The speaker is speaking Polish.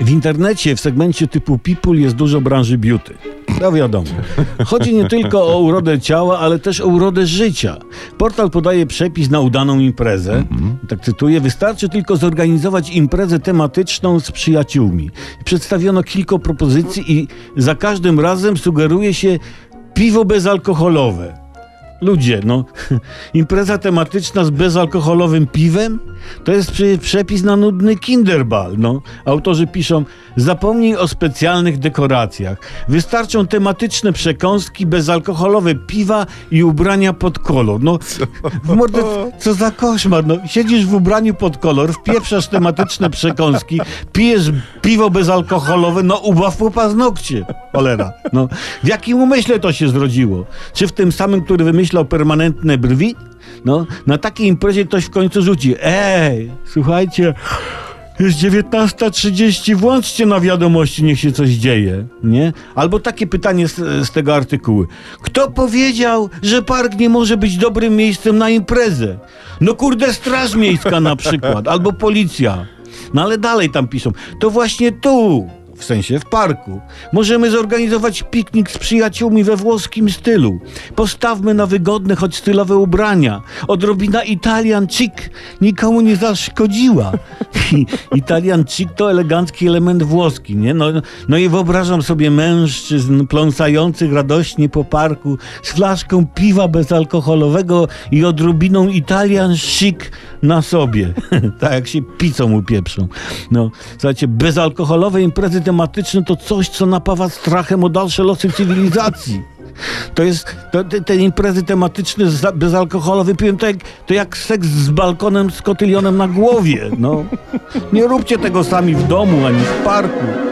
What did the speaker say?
W internecie w segmencie typu People jest dużo branży beauty. No wiadomo. Chodzi nie tylko o urodę ciała, ale też o urodę życia. Portal podaje przepis na udaną imprezę. Tak cytuję. Wystarczy tylko zorganizować imprezę tematyczną z przyjaciółmi. Przedstawiono kilka propozycji i za każdym razem sugeruje się piwo bezalkoholowe. Ludzie, no, impreza tematyczna z bezalkoholowym piwem? To jest przepis na nudny Kinderball, no. Autorzy piszą, zapomnij o specjalnych dekoracjach. Wystarczą tematyczne przekąski, bezalkoholowe piwa i ubrania pod kolor. No, w mordę, co za koszmar, no. Siedzisz w ubraniu pod kolor, wpieprzasz tematyczne przekąski, pijesz piwo bezalkoholowe, no ubaw po paznokcie, cholera. No, w jakim umyśle to się zrodziło? Czy w tym samym, który wymyślał permanentne brwi? No, na takiej imprezie ktoś w końcu rzuci, słuchajcie, jest 19:30, włączcie na wiadomości, niech się coś dzieje, nie? Albo takie pytanie z tego artykułu. Kto powiedział, że park nie może być dobrym miejscem na imprezę? No kurde, Straż Miejska na przykład, albo policja. No ale dalej tam piszą, to właśnie tu, w sensie w parku, możemy zorganizować piknik z przyjaciółmi we włoskim stylu. Postawmy na wygodne, choć stylowe ubrania. Odrobina Italian chic nikomu nie zaszkodziła. Italian chic to elegancki element włoski, nie? No i wyobrażam sobie mężczyzn pląsających radośnie po parku z flaszką piwa bezalkoholowego i odrobiną Italian chic na sobie. Tak jak się pizzą upieprzą. No, słuchajcie, bezalkoholowe imprezy tematyczne to coś, co napawa strachem o dalsze losy cywilizacji. Te imprezy tematyczne z bezalkoholowym piwem to jak seks z balkonem z kotylionem na głowie. No. Nie róbcie tego sami w domu ani w parku.